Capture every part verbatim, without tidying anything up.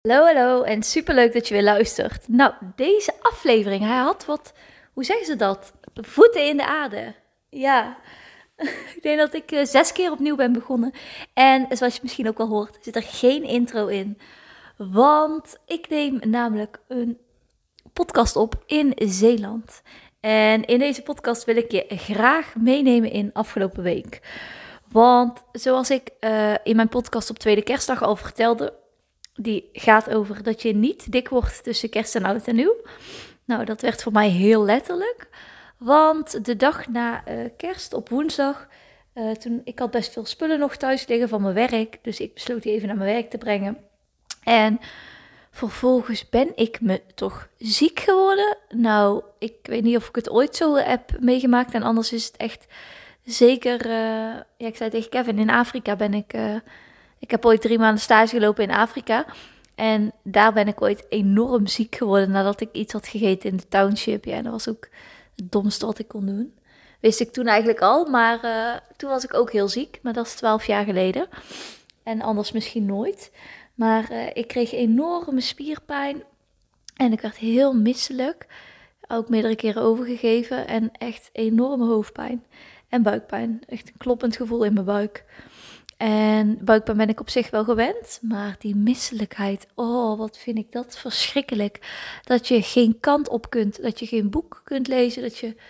Hallo, hallo en superleuk dat je weer luistert. Nou, deze aflevering, hij had wat, hoe zeggen ze dat? Voeten in de aarde. Ja, ik denk dat ik uh, zes keer opnieuw ben begonnen. En zoals je misschien ook al hoort, zit er geen intro in. Want ik neem namelijk een podcast op in Zeeland. En in deze podcast wil ik je graag meenemen in afgelopen week. Want zoals ik uh, in mijn podcast op tweede kerstdag al vertelde, die gaat over dat je niet dik wordt tussen kerst en oud en nieuw. Nou, dat werd voor mij heel letterlijk. Want de dag na uh, kerst, op woensdag, uh, toen, ik had best veel spullen nog thuis liggen van mijn werk. Dus ik besloot die even naar mijn werk te brengen. En vervolgens ben ik me toch ziek geworden. Nou, ik weet niet of ik het ooit zo heb meegemaakt. En anders is het echt zeker... Uh, ja, ik zei tegen Kevin, in Afrika ben ik... Uh, ik heb ooit drie maanden stage gelopen in Afrika. En daar ben ik ooit enorm ziek geworden nadat ik iets had gegeten in de township. Ja, dat was ook het domste wat ik kon doen. Wist ik toen eigenlijk al, maar uh, toen was ik ook heel ziek. Maar dat is twaalf jaar geleden. En anders misschien nooit. Maar uh, ik kreeg enorme spierpijn. En ik werd heel misselijk. Ook meerdere keren overgegeven. En echt enorme hoofdpijn. En buikpijn. Echt een kloppend gevoel in mijn buik. En buikpijn ben ik op zich wel gewend, maar die misselijkheid, oh, wat vind ik dat verschrikkelijk. Dat je geen kant op kunt, dat je geen boek kunt lezen, dat je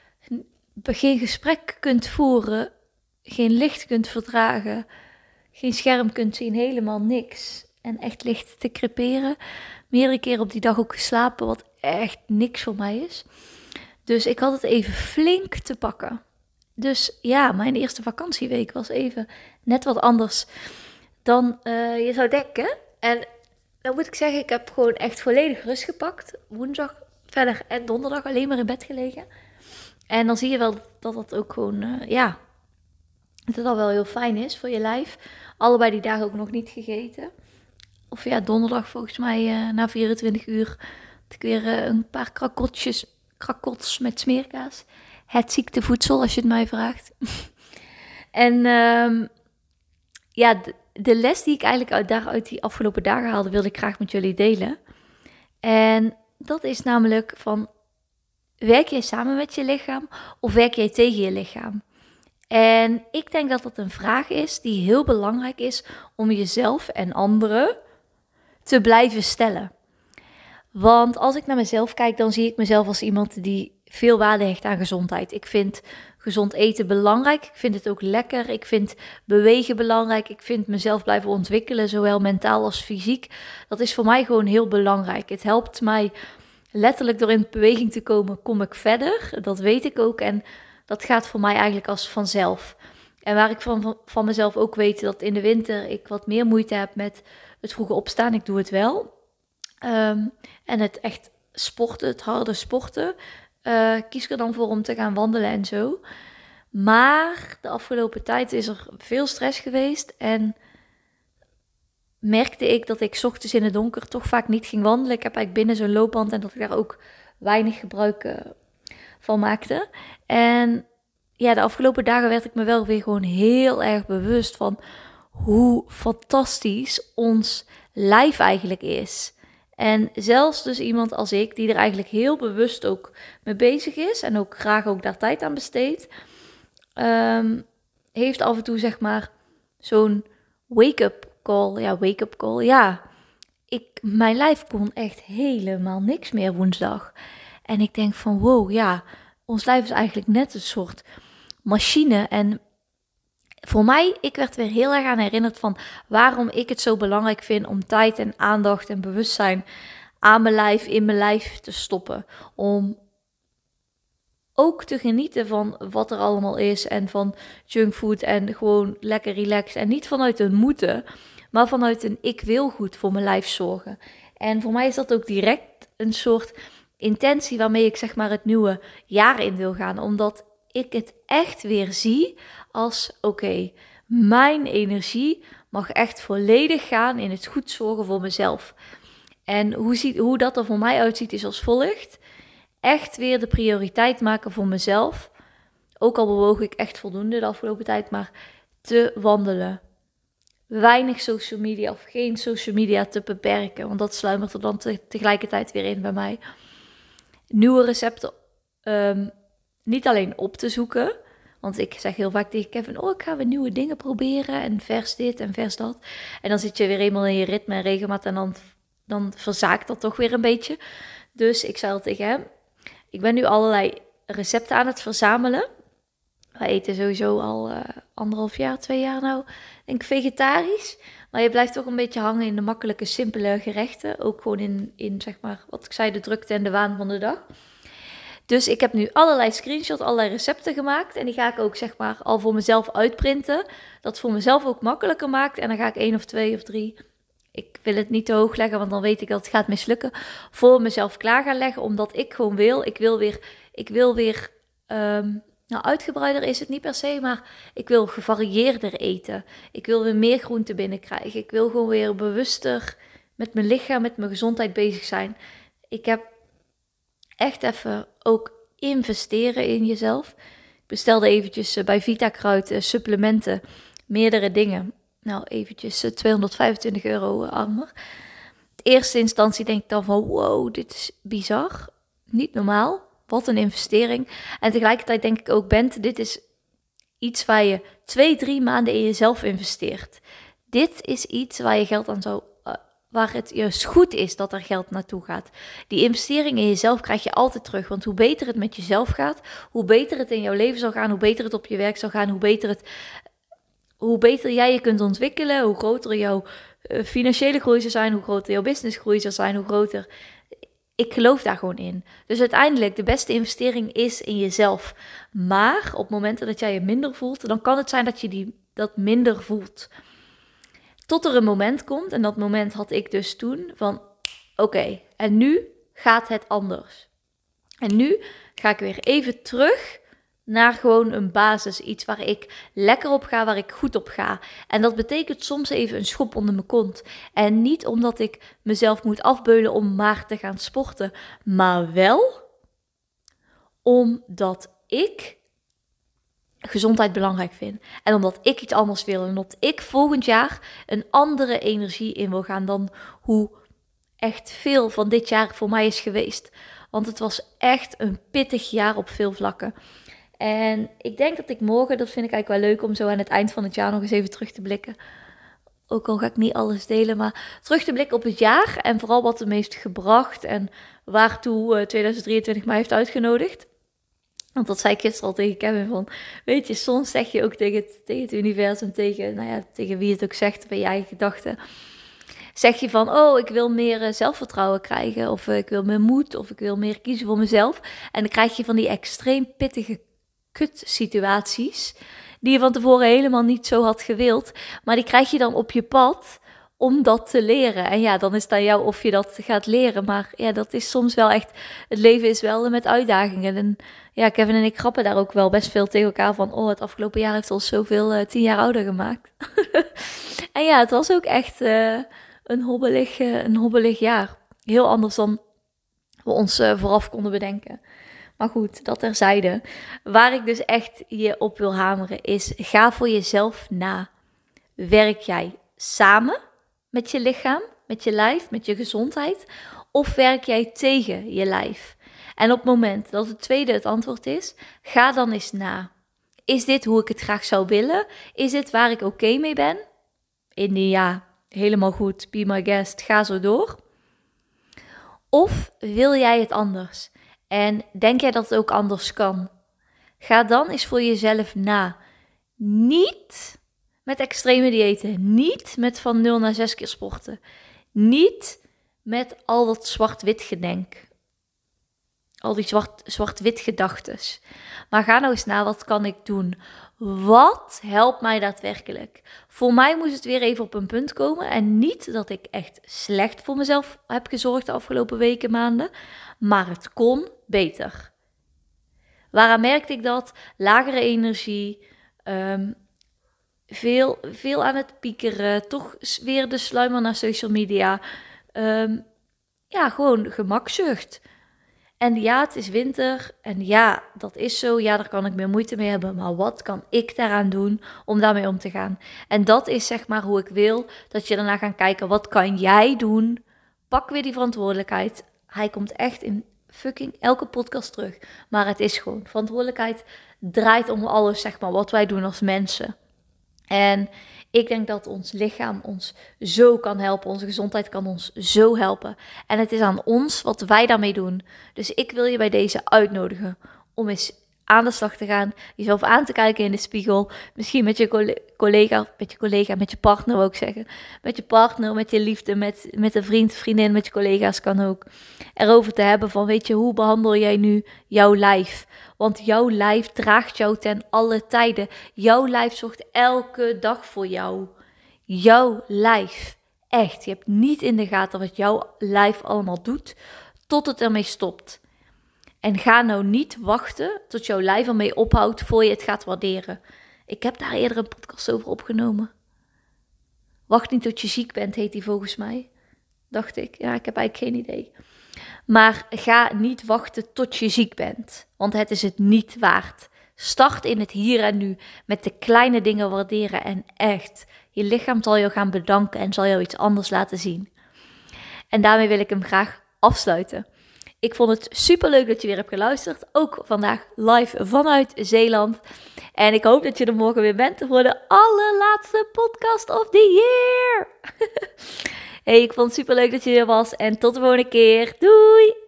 geen gesprek kunt voeren, geen licht kunt verdragen, geen scherm kunt zien, helemaal niks. En echt licht te creperen. Meerdere keren op die dag ook geslapen, wat echt niks voor mij is. Dus ik had het even flink te pakken. Dus ja, mijn eerste vakantieweek was even net wat anders dan uh, je zou denken. En dan moet ik zeggen, ik heb gewoon echt volledig rust gepakt. Woensdag verder en donderdag alleen maar in bed gelegen. En dan zie je wel dat dat ook gewoon, uh, ja, dat dat wel heel fijn is voor je lijf. Allebei die dagen ook nog niet gegeten. Of ja, donderdag volgens mij uh, na vierentwintig uur had ik weer uh, een paar krakotjes, krakots met smeerkaas. Het ziektevoedsel, als je het mij vraagt. En um, ja, de, de les die ik eigenlijk uit, daar, uit die afgelopen dagen haalde, wilde ik graag met jullie delen. En dat is namelijk van, werk jij samen met je lichaam of werk jij tegen je lichaam? En ik denk dat dat een vraag is die heel belangrijk is om jezelf en anderen te blijven stellen. Want als ik naar mezelf kijk, dan zie ik mezelf als iemand die veel waarde hecht aan gezondheid. Ik vind gezond eten belangrijk. Ik vind het ook lekker. Ik vind bewegen belangrijk. Ik vind mezelf blijven ontwikkelen, zowel mentaal als fysiek. Dat is voor mij gewoon heel belangrijk. Het helpt mij letterlijk door in beweging te komen, kom ik verder. Dat weet ik ook en dat gaat voor mij eigenlijk als vanzelf. En waar ik van, van mezelf ook weet dat in de winter ik wat meer moeite heb met het vroege opstaan. Ik doe het wel. Um, en het echt sporten, het harde sporten, uh, kies ik er dan voor om te gaan wandelen en zo. Maar de afgelopen tijd is er veel stress geweest en merkte ik dat ik 's ochtends in het donker toch vaak niet ging wandelen. Ik heb eigenlijk binnen zo'n loopband en dat ik daar ook weinig gebruik uh, van maakte. En ja, de afgelopen dagen werd ik me wel weer gewoon heel erg bewust van hoe fantastisch ons lijf eigenlijk is. En zelfs dus iemand als ik, die er eigenlijk heel bewust ook mee bezig is en ook graag ook daar tijd aan besteedt, um, heeft af en toe zeg maar zo'n wake-up call. Ja, wake-up call, ja. Ik, mijn lijf kon echt helemaal niks meer woensdag. En ik denk van wow, ja, ons lijf is eigenlijk net een soort machine. En voor mij, ik werd weer heel erg aan herinnerd van waarom ik het zo belangrijk vind om tijd en aandacht en bewustzijn aan mijn lijf, in mijn lijf te stoppen. Om ook te genieten van wat er allemaal is en van junkfood en gewoon lekker relaxed. En niet vanuit een moeten, maar vanuit een ik wil goed voor mijn lijf zorgen. En voor mij is dat ook direct een soort intentie waarmee ik zeg maar het nieuwe jaar in wil gaan. Omdat ik het echt weer zie als oké, okay, mijn energie mag echt volledig gaan in het goed zorgen voor mezelf. En hoe, ziet, hoe dat er voor mij uitziet is als volgt. Echt weer de prioriteit maken voor mezelf. Ook al bewoog ik echt voldoende de afgelopen tijd, maar te wandelen. weinig social media of geen social media te beperken. Want dat sluimert er dan te, tegelijkertijd weer in bij mij. Nieuwe recepten um, niet alleen op te zoeken. Want ik zeg heel vaak tegen Kevin, oh, ik ga weer nieuwe dingen proberen. En vers dit en vers dat. En dan zit je weer eenmaal in je ritme en regelmaat. En dan, dan verzaakt dat toch weer een beetje. Dus ik zei al tegen hem, ik ben nu allerlei recepten aan het verzamelen. We eten sowieso al uh, anderhalf jaar, twee jaar nou, denk ik, vegetarisch. Maar je blijft toch een beetje hangen in de makkelijke, simpele gerechten. Ook gewoon in, in zeg maar, wat ik zei, de drukte en de waan van de dag. Dus ik heb nu allerlei screenshots, allerlei recepten gemaakt. En die ga ik ook zeg maar al voor mezelf uitprinten. Dat voor mezelf ook makkelijker maakt. En dan ga ik één of twee of drie, ik wil het niet te hoog leggen, want dan weet ik dat het gaat mislukken, voor mezelf klaar gaan leggen. Omdat ik gewoon wil, ik wil weer, ik wil weer... Um, Nou, uitgebreider is het niet per se, maar ik wil gevarieerder eten. Ik wil weer meer groente binnenkrijgen. Ik wil gewoon weer bewuster met mijn lichaam, met mijn gezondheid bezig zijn. Ik heb echt even ook investeren in jezelf. Ik bestelde eventjes bij Vitakruid supplementen, meerdere dingen. Nou, eventjes tweehonderdvijfentwintig euro armer. In eerste instantie denk ik dan van, wow, dit is bizar. Niet normaal. Wat een investering. En tegelijkertijd denk ik ook, Bent, dit is iets waar je twee, drie maanden in jezelf investeert. Dit is iets waar je geld aan zou, uh, waar het juist goed is dat er geld naartoe gaat. Die investering in jezelf krijg je altijd terug. Want hoe beter het met jezelf gaat, hoe beter het in jouw leven zal gaan, hoe beter het op je werk zal gaan, hoe beter, het, hoe beter jij je kunt ontwikkelen, hoe groter jouw uh, financiële groei zal zijn, hoe groter jouw businessgroei zal zijn, hoe groter... Ik geloof daar gewoon in. Dus uiteindelijk, de beste investering is in jezelf. Maar op momenten dat jij je minder voelt, dan kan het zijn dat je die, dat minder voelt. Tot er een moment komt, en dat moment had ik dus toen, van oké, okay, en nu gaat het anders. En nu ga ik weer even terug naar gewoon een basis, iets waar ik lekker op ga, waar ik goed op ga. En dat betekent soms even een schop onder mijn kont. En niet omdat ik mezelf moet afbeulen om maar te gaan sporten, maar wel omdat ik gezondheid belangrijk vind. En omdat ik iets anders wil en omdat ik volgend jaar een andere energie in wil gaan dan hoe echt veel van dit jaar voor mij is geweest. Want het was echt een pittig jaar op veel vlakken. En ik denk dat ik morgen, dat vind ik eigenlijk wel leuk om zo aan het eind van het jaar nog eens even terug te blikken. Ook al ga ik niet alles delen, maar terug te blikken op het jaar. En vooral wat het me heeft gebracht en waartoe uh, tweeduizend drieëntwintig mij heeft uitgenodigd. Want dat zei ik gisteren al tegen Kevin van, weet je, soms zeg je ook tegen het, tegen het universum, tegen, nou ja, tegen wie het ook zegt, bij je eigen gedachten. Zeg je van, oh, ik wil meer uh, zelfvertrouwen krijgen, of uh, ik wil meer moed, of ik wil meer kiezen voor mezelf. En dan krijg je van die extreem pittige kutsituaties, die je van tevoren helemaal niet zo had gewild, maar die krijg je dan op je pad om dat te leren. En ja, dan is het aan jou of je dat gaat leren, maar ja, dat is soms wel echt, het leven is wel met uitdagingen. En ja, Kevin en ik grappen daar ook wel best veel tegen elkaar van, oh, het afgelopen jaar heeft ons zoveel uh, tien jaar ouder gemaakt. En ja, het was ook echt uh, een, hobbelig, uh, een hobbelig jaar. Heel anders dan we ons uh, vooraf konden bedenken. Maar goed, dat terzijde. Waar ik dus echt je op wil hameren is, ga voor jezelf na. Werk jij samen met je lichaam, met je lijf, met je gezondheid? Of werk jij tegen je lijf? En op het moment dat het tweede het antwoord is, ga dan eens na. Is dit hoe ik het graag zou willen? Is dit waar ik oké okay mee ben? Indien ja, helemaal goed, be my guest, ga zo door. Of wil jij het anders? En denk jij dat het ook anders kan? Ga dan eens voor jezelf na. Niet met extreme diëten. Niet met van nul naar zes keer sporten. Niet met al dat zwart-wit gedenk. Al die zwart, zwart-wit gedachtes. Maar ga nou eens na, wat kan ik doen? Wat helpt mij daadwerkelijk? Voor mij moest het weer even op een punt komen. En niet dat ik echt slecht voor mezelf heb gezorgd de afgelopen weken, maanden. Maar het kon beter. Waaraan merkte ik dat? Lagere energie. Um, veel, veel aan het piekeren. Toch weer de sluimer naar social media. Um, ja, gewoon gemakzucht. En ja, het is winter. En ja, dat is zo. Ja, daar kan ik meer moeite mee hebben. Maar wat kan ik daaraan doen om daarmee om te gaan? En dat is zeg maar hoe ik wil dat je daarna gaat kijken. Wat kan jij doen? Pak weer die verantwoordelijkheid. Hij komt echt in fucking elke podcast terug. Maar het is gewoon, verantwoordelijkheid draait om alles, zeg maar, wat wij doen als mensen. En ik denk dat ons lichaam ons zo kan helpen. Onze gezondheid kan ons zo helpen. En het is aan ons wat wij daarmee doen. Dus ik wil je bij deze uitnodigen om eens aan de slag te gaan. Jezelf aan te kijken in de spiegel. Misschien met je collega, met je collega, met je partner wil ik zeggen. Met je partner, met je liefde, met, met een vriend, vriendin, met je collega's kan ook. Erover te hebben van, weet je, hoe behandel jij nu jouw lijf? Want jouw lijf draagt jou ten alle tijden. Jouw lijf zorgt elke dag voor jou. Jouw lijf. Echt, je hebt niet in de gaten wat jouw lijf allemaal doet, tot het ermee stopt. En ga nou niet wachten tot jouw lijf ermee ophoudt voor je het gaat waarderen. Ik heb daar eerder een podcast over opgenomen. Wacht niet tot je ziek bent, heet die volgens mij. Dacht ik. Ja, ik heb eigenlijk geen idee. Maar ga niet wachten tot je ziek bent. Want het is het niet waard. Start in het hier en nu. Met de kleine dingen waarderen. En echt, je lichaam zal jou gaan bedanken en zal jou iets anders laten zien. En daarmee wil ik hem graag afsluiten. Ik vond het superleuk dat je weer hebt geluisterd. Ook vandaag live vanuit Zeeland. En ik hoop dat je er morgen weer bent voor de allerlaatste podcast of the year. Hey, ik vond het superleuk dat je er was. En tot de volgende keer. Doei!